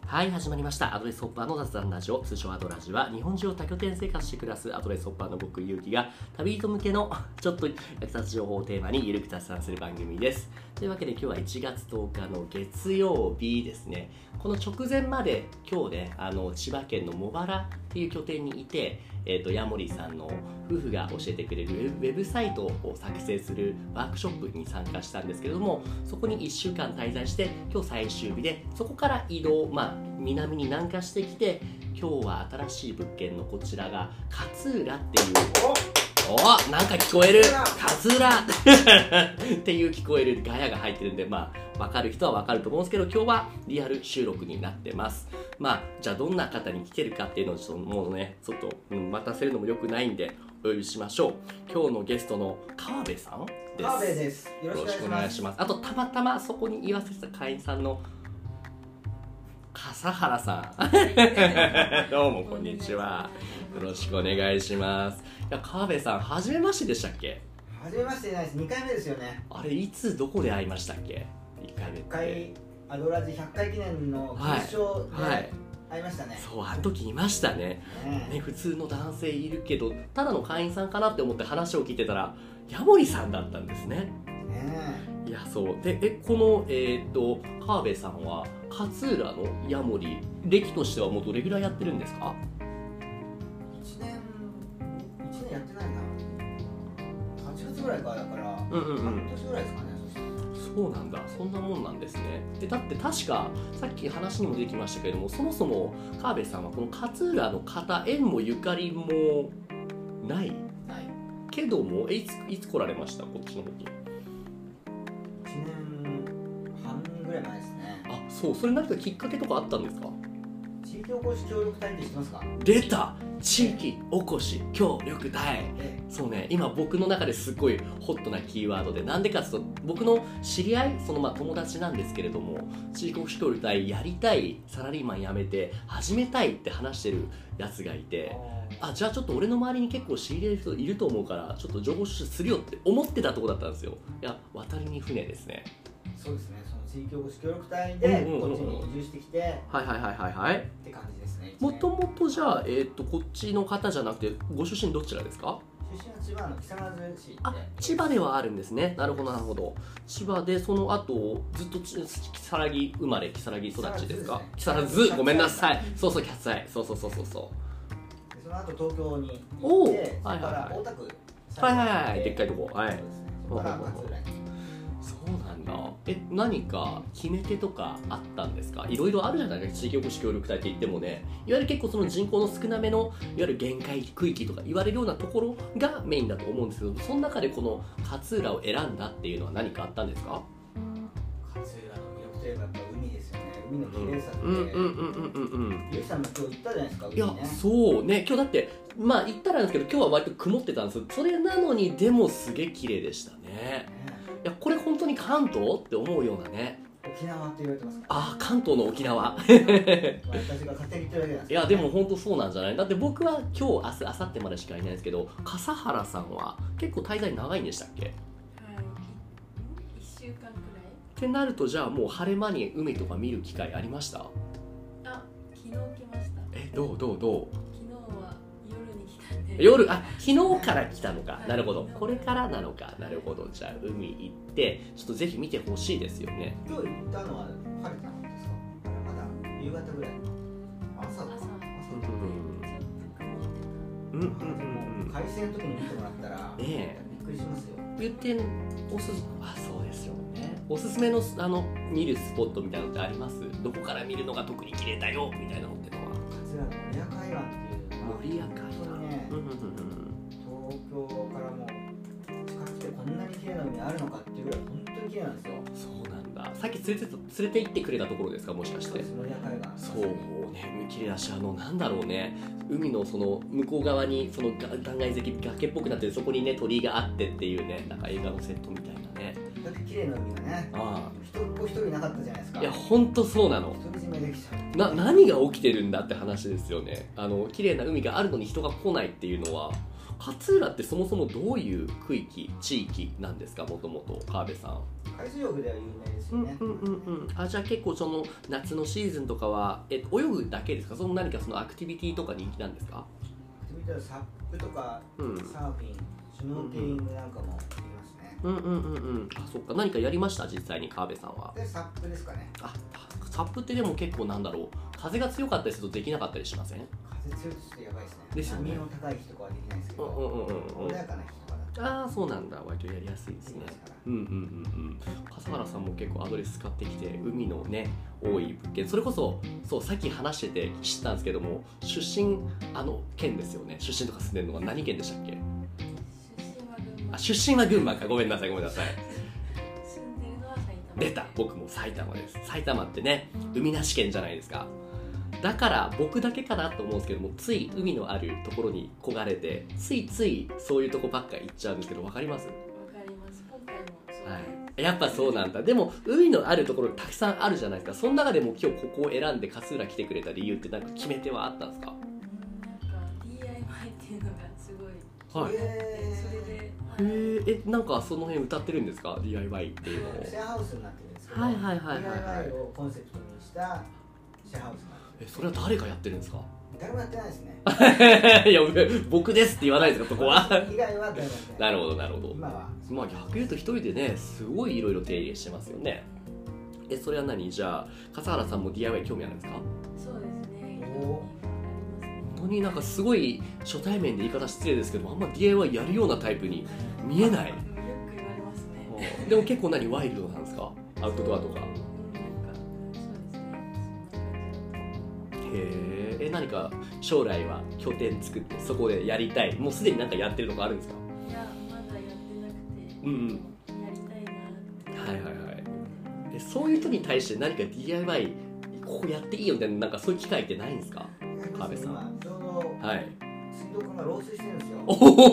はい、始まりました。アドレスホッパーの雑談ラジオ、通称アドラジは、日本中を多拠点生活して暮らすアドレスホッパーの僕、ゆうきが、旅人向けのちょっと役立つ情報をテーマにゆるく雑談する番組です。というわけで今日は1月10日の月曜日ですね。この直前まで今日ね、千葉県の茂原っていう拠点にいて、ヤモリさんの夫婦が教えてくれるウェブサイトを作成するワークショップに参加したんですけれども、そこに1週間滞在して今日最終日で、そこから移動、南に南下してきて、今日は新しい物件のこちらが勝浦っていうなんか聞こえる勝浦っていう聞こえるガヤが入ってるんで、分かる人は分かると思うんですけど、今日はリアル収録になってます。じゃあどんな方に来てるかっていうのをちょっともうね、ちょっと待たせるのも良くないんでお呼びしましょう。今日のゲストの川辺さんです。 川辺です。よろしくお願いします。 あとたまたまそこに居合わせた会員さんの笠原さんどうもこんにちは、よろしくお願いします。いや、川辺さん初めましてでしたっけ？ 初めましてじゃないです。2回目ですよね。 あれ、いつどこで会いましたっけ？1回目って 1回アドラジ100回記念の決勝で会いましたね。 そう、あの時いましたね。普通の男性いるけどただの会員さんかなって思って話を聞いてたらヤモリさんだったんですね。いや、そうで、この川辺さんは勝浦のヤモリ歴としてはもうどれぐらいやってるんですか ？1年やってないな。8月ぐらいからだから半年ぐらいですかね。 そうなんだ、そんなもんなんですね。でだって確かさっき話にも出てきましたけれども、そもそも川辺さんはこの勝浦の方、縁もゆかりもないけども、いつ来られました？こっちの方に。 1年半ぐらい前ですね。 あ、そう、それ何かきっかけとかあったんですか？ 地域おこし協力隊って知ってますか？ 出た、地域おこし協力隊。そうね、今僕の中ですごいホットなキーワードで、なんでかっていうと、僕の知り合い、友達なんですけれども、地域おこし協力隊やりたい、サラリーマン辞めて始めたいって話してるやつがいて、じゃあちょっと俺の周りに結構知り合いの人いると思うからちょっと情報収集するよって思ってたとこだったんですよ。いや、渡りに船ですね。 そうですね、その地域おこし協力隊でこっちに移住してきてって感じですね。 もともとじゃあ、こっちの方じゃなくてご出身どちらですか？ 出身は千葉の木更津市で。 千葉ではあるんですね。なるほどなるほど。千葉でその後ずっと木更木生まれ木更木育ちですか？木更津、ごめんなさい。そうそう、キャッツアイ、そう。 その後東京に行って、そこから大田区、 でっかいとこ、 そうですね。そこから勝浦に。 そうなんだ。何か決め手とかあったんですか？いろいろあるじゃないですか、地域おこし協力隊って言ってもね。いわゆる結構その人口の少なめのいわゆる限界区域とか言われるようなところがメインだと思うんですけど、その中でこの勝浦を選んだっていうのは何かあったんですか？ 勝浦の魅力といえばやっぱ海ですよね。海の綺麗さってゆうきさんも今日行ったじゃないですか、海ね。 いや、そうね、今日だって行ったらなんですけど、今日は割と曇ってたんですよ。それなのにでもすげえ綺麗でしたね。いや、これ本当に関東って思うようなね。 沖縄って言われてますから、 関東の沖縄私が勝手に言ってるだけなんですけど。 いや、でも本当そうなんじゃない？だって僕は今日、明日、明後日までしかいないんですけど、笠原さんは結構滞在長いんでしたっけ？ はい、1週間くらいってなると、じゃあもう晴れ間に海とか見る機会ありました？ 昨日来ました。 どう？ 昨日は夜に来たんで。 夜、昨日から来たのか。なるほど。これからなのか。なるほど。じゃあ海行ってちょっとぜひ見てほしいですよね。 今日行ったのは晴れたんですか？まだ夕方ぐらい。朝だ。海鮮の時に見てもらったらびっくりしますよ。 そうですよね。おすすめの見るスポットみたいなのってあります？どこから見るのが特に綺麗だよみたいなのってのは。 勝浦の守谷海岸っていうのは守谷海岸、 東京からも近くてこんなに綺麗な海あるのかっていうぐらい本当に綺麗なんですよ。 そうなんだ。さっき連れて行ってくれたところですか、もしかして？ 守谷海岸。 そうね、綺麗だし、なんだろうね、海のその向こう側にその断崖絶壁崖っぽくなって、そこにね鳥居があってっていうね、なんか映画のセットみたいなね。 だって綺麗な海がね、一人いなかったじゃないですか。 いや、本当そうなの。 独り占めできちゃう。 何が起きてるんだって話ですよね。綺麗な海があるのに人が来ないっていうのは、 勝浦ってそもそもどういう区域地域なんですか、もともと川辺さん。 海水浴では有名ですよね。 じゃあ結構その夏のシーズンとかは泳ぐだけですか、その何かそのアクティビティとか人気なんですか？ アクティビティはサップとか、サーフィン、シュノーケリングなんかもできますね。 あ、そっか。何かやりました実際に川辺さんは？ でサップですかね。 サップってでも結構なんだろう、風が強かったりするとできなかったりしません？ 風強いとちょっとやばいですね。 ですよね。 波の高い日とかはできないですけど、穏やかな日とかだと。 そうなんだ、割とやりやすいですね。笠原さんも結構アドレス使ってきて、海のね多い物件、それこそそうさっき話してて知ったんですけども、出身県ですよね。出身とか住んでるのは何県でしたっけ？出身は群馬か。ごめんなさい。 住んでるのは埼玉。 出た、僕も埼玉です。埼玉ってね、海なし県じゃないですか。だから僕だけかなと思うんですけども、つい海のあるところに焦がれて、ついついそういうとこばっか行っちゃうんですけど、分かります？ わかります。今回もそう、 はい、やっぱそうなんだ。でも海のあるところたくさんあるじゃないですか。その中でも今日ここを選んで勝浦来てくれた理由ってなんか決め手はあったんですか？ なんか DIY っていうのがすごい、 はい、 それで、 なんかその辺歌ってるんですか？ DIY っていうのを。 シェアハウスになってるんですけど、DIY をコンセプトにしたシェアハウスになってる。 それは誰がやってるんですか？ 誰もやってないですね。 いや、僕ですって言わないですか、そこは。 以外は誰もやってない。 なるほどなるほど。 今はまあ逆言うと一人でね、すごいいろいろ手入れしてますよね。それは何？じゃあ笠原さんも DIY 興味あるんですか？ そうですね。 本当になんかすごい初対面で言い方失礼ですけど、あんま DIY やるようなタイプに見えない。 よく言われますね。 でも結構ワイルドなんですか？アウトドアとか。何か将来は拠点作ってそこでやりたい、もうすでになんかやってるとこあるんですか？ いや、まだやってなくて、やりたいなって。 そういう人に対して何か DIY ここやっていいよみたいな、なんかそういう機会ってないんですか？川辺さん。 ちょうど水道管が漏水してるんですよ。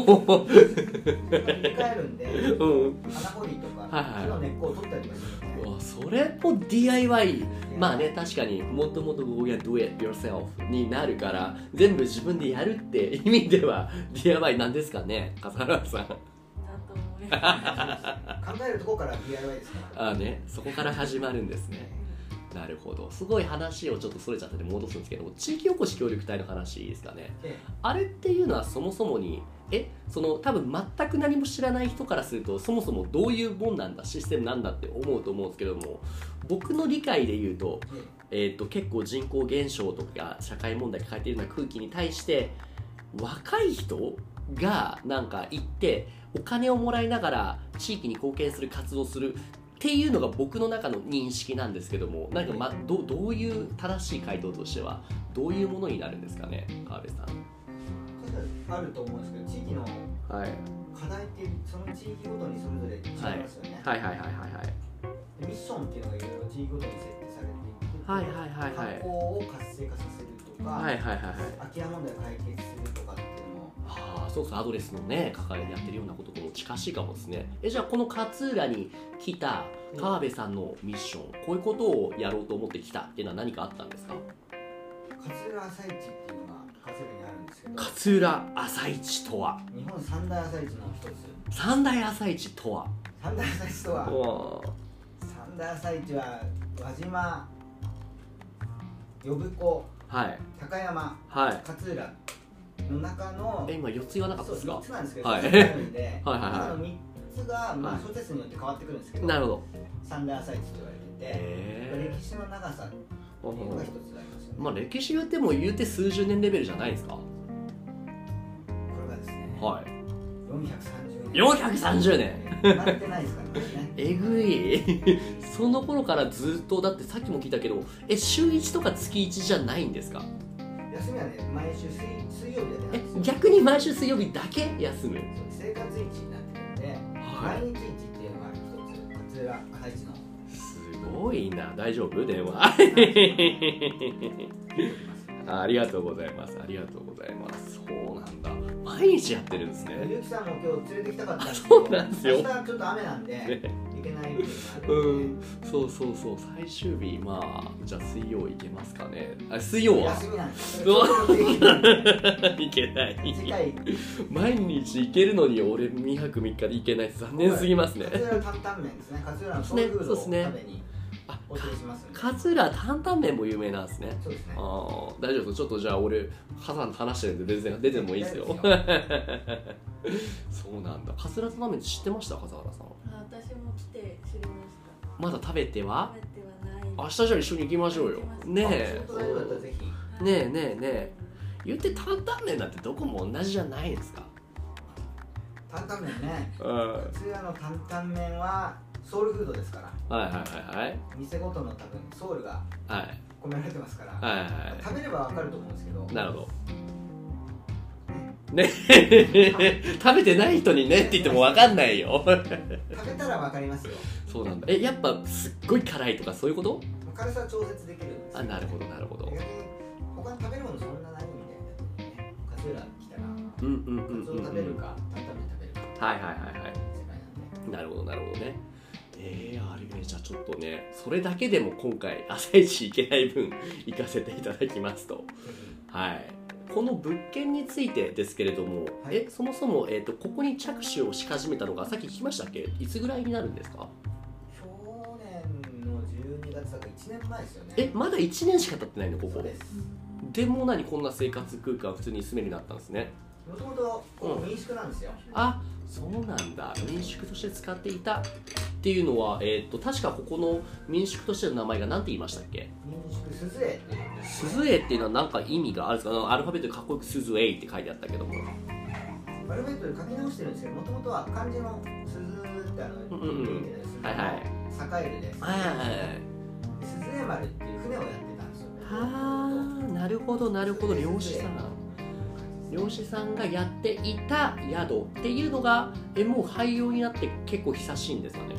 振り返るんで、穴掘りとか木の根っこを取ったりもするんで。 それも DIY、まあね、確かにもともと do it yourself になるから、全部自分でやるって意味では DIY なんですかね、笠原さん。 だと思います。 考えるところから DIY ですから。 そこから始まるんですね。なるほど。すごい話をちょっとそれちゃって戻すんですけども、地域おこし協力隊の話ですかね。あれっていうのはそもそもにその多分全く何も知らない人からすると、そもそもどういうもんなんだ、システムなんだって思うと思うんですけども、僕の理解で言うと、結構人口減少とか社会問題抱えているような空気に対して若い人がなんか行ってお金をもらいながら地域に貢献する活動をするっていうのが僕の中の認識なんですけども、なんかどういう正しい回答としてはどういうものになるんですかね、川辺さん。 あると思うんですけど、地域の課題ってその地域ごとにそれぞれ違いますよね。ミッションっていうのがいろいろ地域ごとに設定されていて、観光を活性化させるとか、空き家問題を解決するとかっていうのも、 そうアドレスのね抱えやってるようなこととも近しいかもですね。じゃあこの勝浦に来た川辺さんのミッション、こういうことをやろうと思って来たっていうのは何かあったんですか？ 勝浦朝市っていうのが勝浦にあるんですけど、 勝浦朝市とは？ 日本三大朝市の一つ。 三大朝市とは？ 三大朝市とは、三大朝市は輪島、呼子、高山、勝浦の中の、 今4つ言わなかったですか ？4つなんですけど、4つあるんで、 その 3つが小説によって変わってくるんですけど、 なるほど、 三大朝市と言われてて、歴史の長さっていうのが一つありますよね。 歴史言っても言うて数十年レベルじゃないですか？これがですね、 430年生まれてないですからね。 えぐいその頃からずっと、だってさっきも聞いたけど、週1とか月1じゃないんですか？ 休みはね、毎週水曜日だけなんですよ。 逆に毎週水曜日だけ休む？ 生活市になってるんで、毎日市っていうのが一つ、勝浦朝市の。 すごいな。大丈夫？電話ありがとうございます。ありがとうございます。そうなんだ。 毎日やってるんですね。 ゆうきさんも今日連れてきたかったんですけそど、 うなんですよ。 明日ちょっと雨なんで、ね、行けないっていうのがあるんで、 そう最終日、まあじゃあ水曜行けますかね。あ、水曜は休みなんですうわ行けない。 次回毎日行けるのに俺2泊3日で行けないって残念すぎますね。 勝浦担々麺ですね。勝浦のソウルフードを食べにお連れしますんで。 勝浦担々麺も有名なんですね。 そうですね。 ああ、大丈夫です。ちょっとじゃあ俺火山と話してるんで全然出てもいいですよ。そうなんだ。勝浦担々麺って知ってました？笠原さん。 私も来て知りました。 まだ食べては？ 食べてはない。 明日じゃあ一緒に行きましょうよ。ねえ。ねえ。言って担々麺なんてどこも同じじゃないですか。 担々麺ね。勝浦の担々麺はソウルフードですから。 はい。 店ごとの多分ソウルが込められてますから。 はい。 食べればわかると思うんですけど。 なるほど。ね食べてない人にねって言っても分かんないよ。 食べたら分かりますよ。 そうなんだ。やっぱすっごい辛いとかそういうこと？ 辛さは調節できるんです。 あ、なるほど。 他に食べるものそんなないんで、勝浦来たらカツオ食べるか担々麺食べるか。 はい。なるほどね。あれじゃあちょっとね、それだけでも今回朝一行けない分行かせていただきますと。はい。この物件についてですけれども、そもそも、ここに着手をし始めたのがさっき聞きましたっけ？いつぐらいになるんですか？ 去年の12月だから1年前ですよね。 まだ1年しか経ってないのここ？ そうです。 でもこんな生活空間普通に住めるようになったんですね。 もともと民宿なんですよ。 あ、そうなんだ。民宿として使っていたっていうのは、確かここの民宿としての名前が何て言いましたっけ？ 民宿すずえ。 すずえっていうのは何か意味があるんですか？アルファベットでかっこよくすずえって書いてあったけども。 アルファベットで書き直してるんですけど、もともとは漢字のすずって栄えるで。すずえ丸っていう船をやってたんですよ。 はあ、なるほど。漁師さんがやっていた宿っていうのがもう廃業になって結構久しいんですかね。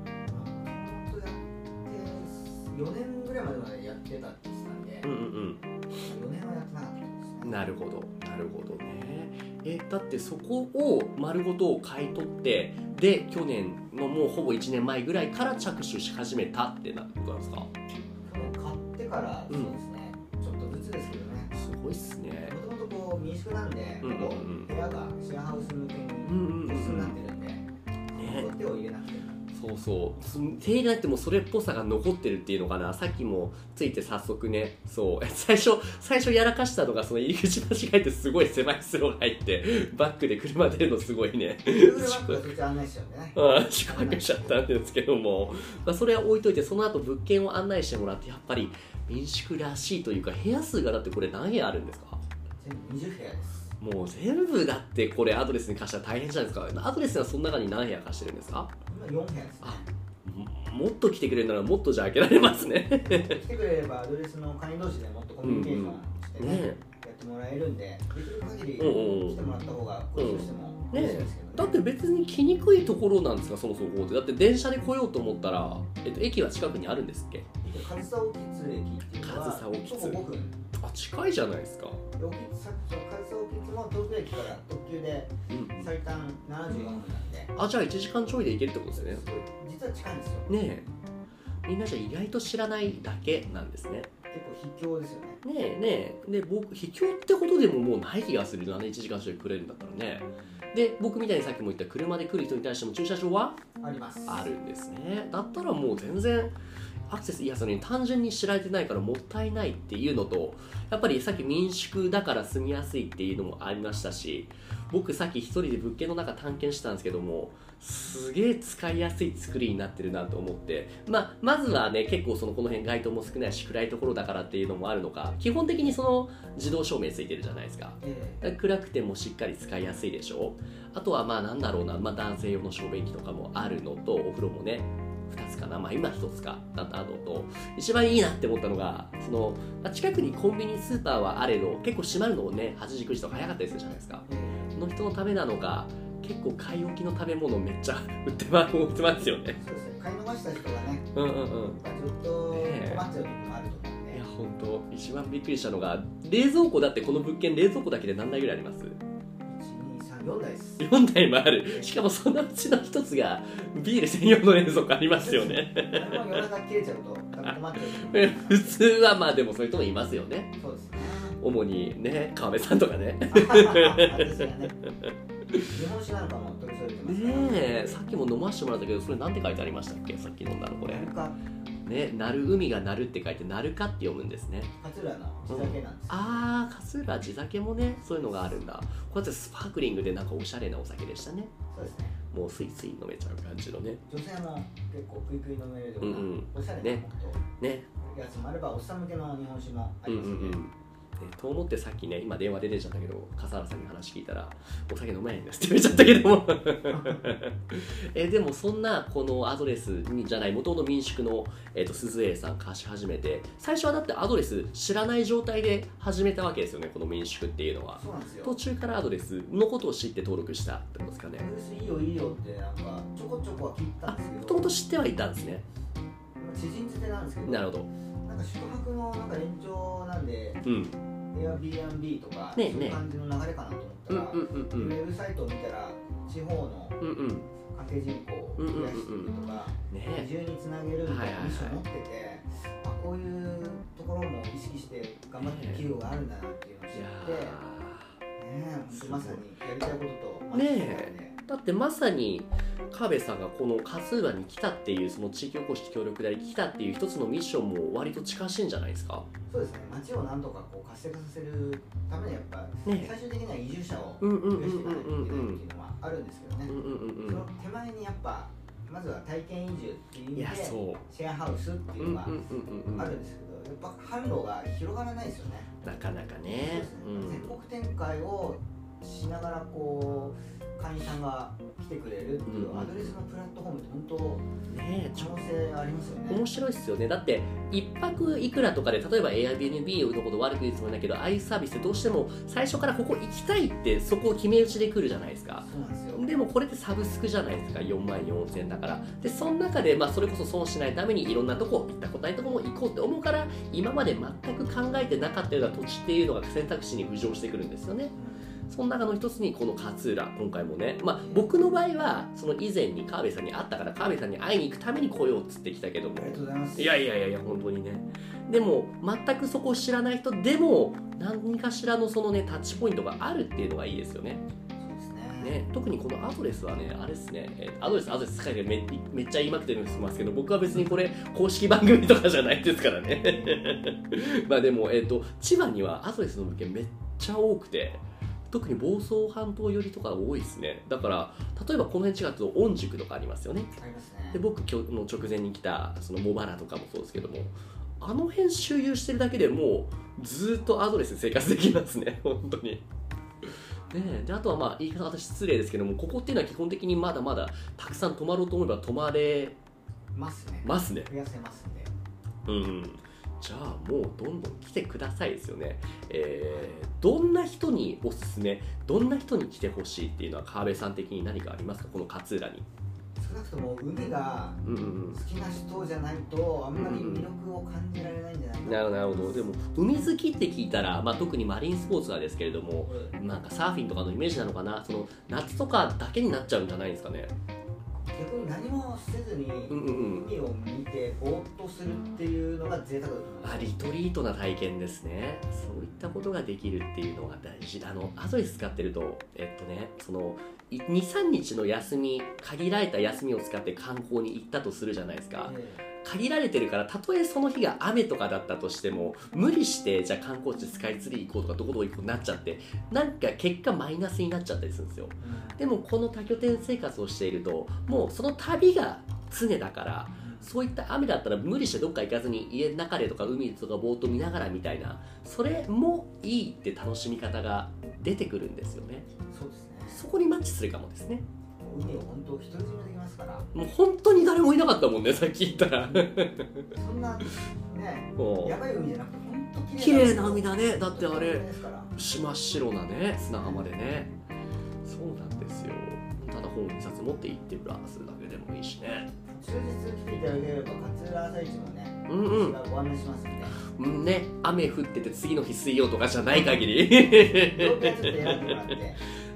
4年ぐらいまでやってたって言ってたんで、4年はやってなかったですね。 なるほどね。だってそこを丸ごと買い取ってで去年のもうほぼ1年前ぐらいから着手し始めたってなことなんですか？ 去年買ってからそうですね、ちょっとずつですけどね。 すごいっすね。 もともとこう民宿なんで、部屋がシェアハウス向けに個室になってるんで、手を入れなくても。 手入れなくてもそれっぽさが残ってるっていうのかな。さっきもついて早速ね、最初やらかしたのがその入り口間違えてすごい狭いスローが入ってバックで車出るのすごいね。宿泊しちゃったんですけども、それは置いといて、その後物件を案内してもらって、やっぱり民宿らしいというか、部屋数がだってこれ何部屋あるんですか？ 20部屋です。 もう全部だってこれアドレスに貸したら大変じゃないですか。アドレスはその中に何部屋貸してるんですか？ 今4部屋ですね。 もっと来てくれるならもっとじゃあ開けられますね。 来てくれればアドレスの会員同士でもっとコミュニケーションしてね、やってもらえるんで、できる限り来てもらった方がこっちとしても嬉しいですけどね。 だって別に来にくいところなんですか？そもそもこうってだって電車で来ようと思ったら、駅は近くにあるんですっけ？ 上総興津駅っていうのは徒歩5分。 近いじゃないですか。 上総興津も東京駅から特急で最短74分なんで、 じゃあ1時間ちょいで行けるってことですね。 実は近いんですよね。みんなじゃ意外と知らないだけなんですね。 結構秘境ですよね。 で僕秘境ってことでももうない気がするなね。1時間ちょい来れるんだったらね。で僕みたいにさっきも言った車で来る人に対しても駐車場はあります。 あるんですね。だったらもう全然アクセス単純に知られてないからもったいないっていうのと、やっぱりさっき民宿だから住みやすいっていうのもありましたし、僕さっき一人で物件の中探検したんですけども、すげえ使いやすい作りになってるなと思って、まずはね、結構この辺街灯も少ないし暗いところだからっていうのもあるのか、基本的に自動照明ついてるじゃないですか。暗くてもしっかり使いやすいでしょ。あとは男性用の照明器とかもあるのと、お風呂もね2つかな、今1つかだったのと、一番いいなって思ったのが近くにコンビニスーパーはあれど結構閉まるのをね8時9時とか早かったりするじゃないですか。その人のためなのか結構買い置きの食べ物めっちゃ売ってますよね。 そうですね、買い逃した人がね、ずっと困っちゃう時もあると思うんで。 いや本当一番びっくりしたのが冷蔵庫だって、この物件冷蔵庫だけで何台ぐらいあります？ 1、2、 4台です。 4台もある。しかもそのうちの1つがビール専用の冷蔵庫ありますよね。 夜中切れちゃうと困ってる。普通はまあでもそういう人もいますよね。 そうですね。 主にね、川辺さんとかね。 日本酒なんかも取り添えてますからねえ、さっきも飲ませてもらったけど、それなんて書いてありましたっけ？さっき飲んだのこれ。ね、なる海がなるって書いてなるかって読むんですね。 勝浦の地酒なんです、 ああ、勝浦地酒もね、そういうのがあるんだ。こうやってスパークリングでなんかおしゃれなお酒でしたね。 そうですね。 もうスイスイ飲めちゃう感じのね。 女性も結構クイクイ飲めるような、おしゃれなねやつもあれば、おっさん向けの日本酒もありますね。 と思ってさっきね、今電話で出ちゃったけど、笠原さんに話聞いたらお酒飲めないんですって言っちゃったけどもでもそんなこのアドレスにじゃない元々民宿の、鈴江さん貸し始めて、最初はだってアドレス知らない状態で始めたわけですよね、この民宿っていうのは。 そうなんですよ。 途中からアドレスのことを知って登録したってことですかね。 アドレスいいよいいよってなんかちょこちょこは聞いたんですけど、 もともと知ってはいたんですね。 知人づてなんですけど、 なるほど。 なんか宿泊のなんか延長なんで、Airbnb とか、 ね、 そういう感じの流れかなと思ったら、ウェブサイトを見たら地方の家計人口を増やしていくとか、移住につなげるみたいなミッションを持ってて、こういうところも意識して頑張ってる企業があるんだなっていうのを知って、まさにやりたいこととマッチしてたんで。 だってまさに川辺さんがこの勝浦に来たっていう、その地域おこし協力で来たっていう一つのミッションも割と近しいんじゃないですか。 そうですね。街をなんとかこう活性化させるためにやっぱ、最終的には移住者を増やしていかないといけないっていうのはあるんですけどね。その手前にやっぱまずは体験移住っていう意味でシェアハウスっていうのがあるんですけど、やっぱ販路が広がらないですよね。 なかなかね。 全国展開をしながらこう会員さんが来てくれるっていうアドレスのプラットフォームって本当可能性ありますよね。 面白いですよね。だって一泊いくらとかで、例えば Airbnb のこと悪く言うつもりだけど、ああいうサービスってどうしても最初からここ行きたいってそこを決め打ちで来るじゃないですか。 そうなんですよ。 でもこれってサブスクじゃないですか。44,000円だから。でその中で、それこそ損しないためにいろんなとこ行ったことないとこも行こうって思うから、今まで全く考えてなかったような土地っていうのが選択肢に浮上してくるんですよね。その中の一つにこの勝浦、今回もね、僕の場合はその以前に川辺さんに会ったから、川辺さんに会いに行くために来ようっつってきたけども、 ありがとうございます。 いや本当にね。でも全くそこを知らない人でも何かしらのそのねタッチポイントがあるっていうのがいいですよね。 そうですね。 特にこのアドレスはね、あれですね、アドレス使いでめっちゃ言いまくってるんですけど、僕は別にこれ公式番組とかじゃないですからねでも千葉にはアドレスの物件めっちゃ多くて、特に房総半島寄りとか多いですね。だから例えばこの辺近くと御宿とかありますよね。 ありますね。 で僕今日の直前に来たその茂原とかもそうですけども、あの辺周遊してるだけでもうずっとアドレスで生活できますね本当に。であとは言い方私失礼ですけども、ここっていうのは基本的にまだまだたくさん泊まろうと思えば泊まれますね。 増やせますんで。 じゃあもうどんどん来てくださいですよね。どんな人におすすめ、どんな人に来てほしいっていうのは川辺さん的に何かありますか、この勝浦に。 少なくとも海が好きな人じゃないとあんまり魅力を感じられないんじゃないかな。 なるほど。でも海好きって聞いたら、特にマリンスポーツはですけれども、なんかサーフィンとかのイメージなのかな、その夏とかだけになっちゃうんじゃないですかね。 逆に何もせずに海を見てぼーっとするっていうのが贅沢だと思います。 リトリートな体験ですね。そういったことができるっていうのが大事。アドレス使ってるとその 2,3 日の休み、限られた休みを使って観光に行ったとするじゃないですか。限られてるから、たとえその日が雨とかだったとしても無理してじゃあ観光地スカイツリー行こうとかどこ行こうになっちゃって、なんか結果マイナスになっちゃったりするんですよ。でもこの多拠点生活をしていると、もうその旅が常だから、そういった雨だったら無理してどっか行かずに家の中でとか海とかボート見ながらみたいな、それもいいって楽しみ方が出てくるんですよね。 そうですね。 そこにマッチするかもですね。 海を本当独り占めできますから。 もう本当に誰もいなかったもんね、さっき言ったらそんなね、やばい海じゃなくて本当綺麗な海だね。だってあれ真っ白なね砂浜でね。そうなんですよ。ただ本2冊持って行ってブラするだけでもいいしね。 数日来ていただければ勝浦朝市もね、私がご案内しますんで。 雨降ってて次の日水曜とかじゃない限り曜日はちょっと選んでもらって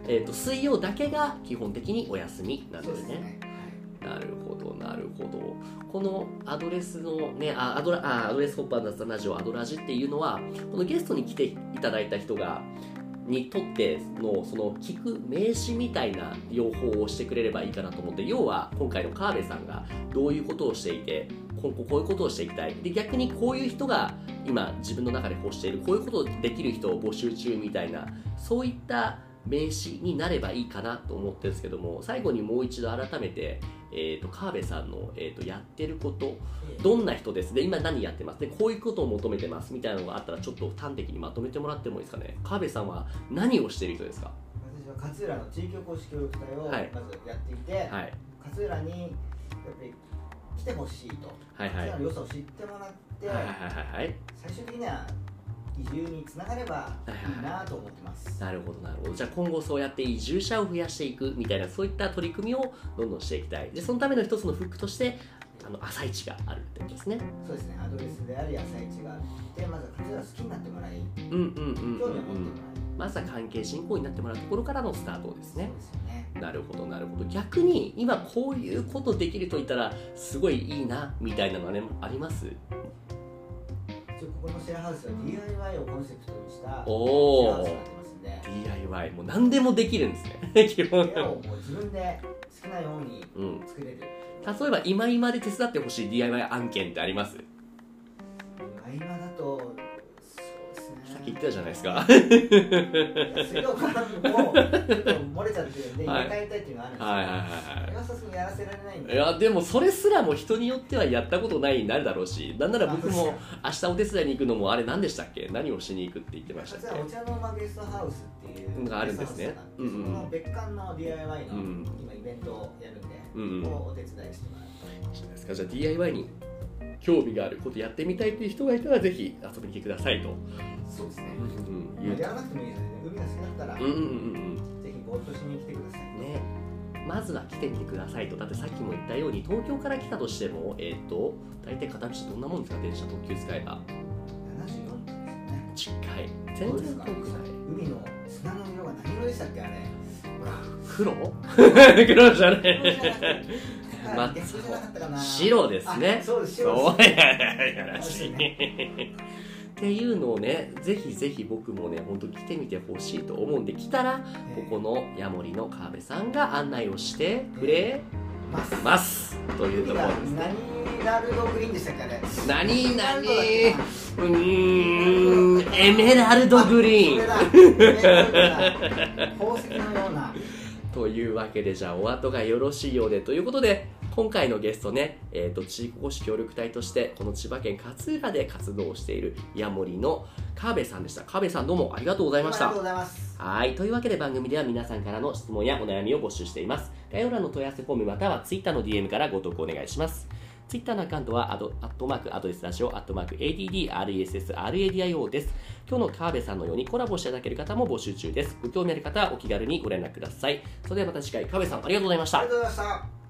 水曜だけが基本的にお休みなんですね。なるほどなるほど。このアドレスのねアドレスホッパー雑談ラジオアドラジっていうのはこのゲストに来ていただいた人にとってのその聞く名詞みたいな用法をしてくれればいいかなと思って、要は今回の川辺さんがどういうことをしていて今後こういうことをしていきたいで、逆にこういう人が今自分の中で欲しているこういうことできる人を募集中みたいな、そういった名詞になればいいかなと思ってるんですけども、最後にもう一度改めて、川辺さんの、やってることどんな人ですで今何やってますでこういうことを求めてますみたいなのがあったらちょっと端的にまとめてもらってもいいですかね。川辺さんは何をしている人ですか？ 私は勝浦の地域おこし協力隊をまずやっていて、はい、勝浦にやっぱり来てほしいと、はいはい、勝浦の良さを知ってもらって、はいはいはいはい、最終的には移住につながればいいなと思ってます。 なるほどなるほど。じゃあ今後そうやって移住者を増やしていくみたいなそういった取り組みをどんどんしていきたい。でそのための一つのフックとして朝市があるってことですね。 そうですね。アドレスであり朝市があってまずは勝浦好きになってもらい、興味を持ってもらい、 まずは関係親交になってもらうところからのスタートですね。そうですよね。なるほどなるほど。逆に今こういうことできると言ったらすごいいいなみたいなのはねあります？ ここのシェアハウスは DIY をコンセプトにしたシェアハウスになってますんで、 DIY もう何でもできるんですね基本部屋をもう自分で好きなように作れる、 例えば今で手伝ってほしい DIY 案件ってあります？ 今だとさっき言ってたじゃないですか水道管もちょっと漏れちゃってるんで入れ替えたいっていうのがあるんですけど、はいはいはいはい、さすがにやらせられないんで。 いやでもそれすらも人によってはやったことないになるだろうし、なんなら僕も明日お手伝いに行くのもあれ何でしたっけ、何をしに行くって言ってましたっけ。 お茶の間ゲストハウスっていうのがあるんですね。 その別館の DIY の今イベントをやるんで、お手伝いしてもらう。 そうですか。じゃあ DIY に興味があることやってみたいという人がいたらぜひ遊びに来てくださいと。 そうですね。やらなくてもいいですね。海が好きだったら、ぜひぼーっとしに来てくださいね。 まずは来てみてくださいと。だってさっきも言ったように東京から来たとしても大体片道どんなもんですか、電車特急使えば。 74分ですよね。 近い。全然遠くない。 海の砂の色が何色でしたっけあれ。 黒？黒じゃない。白ですね。 そうです。 そうやらしい。っていうのをね、ぜひぜひ僕もね、本当来てみてほしいと思うんで、来たらここのヤモリの川辺さんが案内をしてくれますというところですね。 何ラルドグリーンでしたっけね。 エメラルドグリーン。 宝石のような。 というわけで、じゃあお後がよろしいようでということで、今回のゲストね、地域おこし協力隊としてこの千葉県勝浦で活動をしているヤモリの川辺さんでした。川辺さんどうもありがとうございました。 ありがとうございます。 はい、というわけで番組では皆さんからの質問やお悩みを募集しています。概要欄の問い合わせフォームまたは Twitter の DM からご投稿お願いします。Twitter のアカウントはアドレスラジオ@ADDRESSRADIO です。今日の川辺さんのようにコラボしていただける方も募集中です。ご興味ある方はお気軽にご連絡ください。それではまた次回、川辺さんありがとうございました。 ありがとうございました。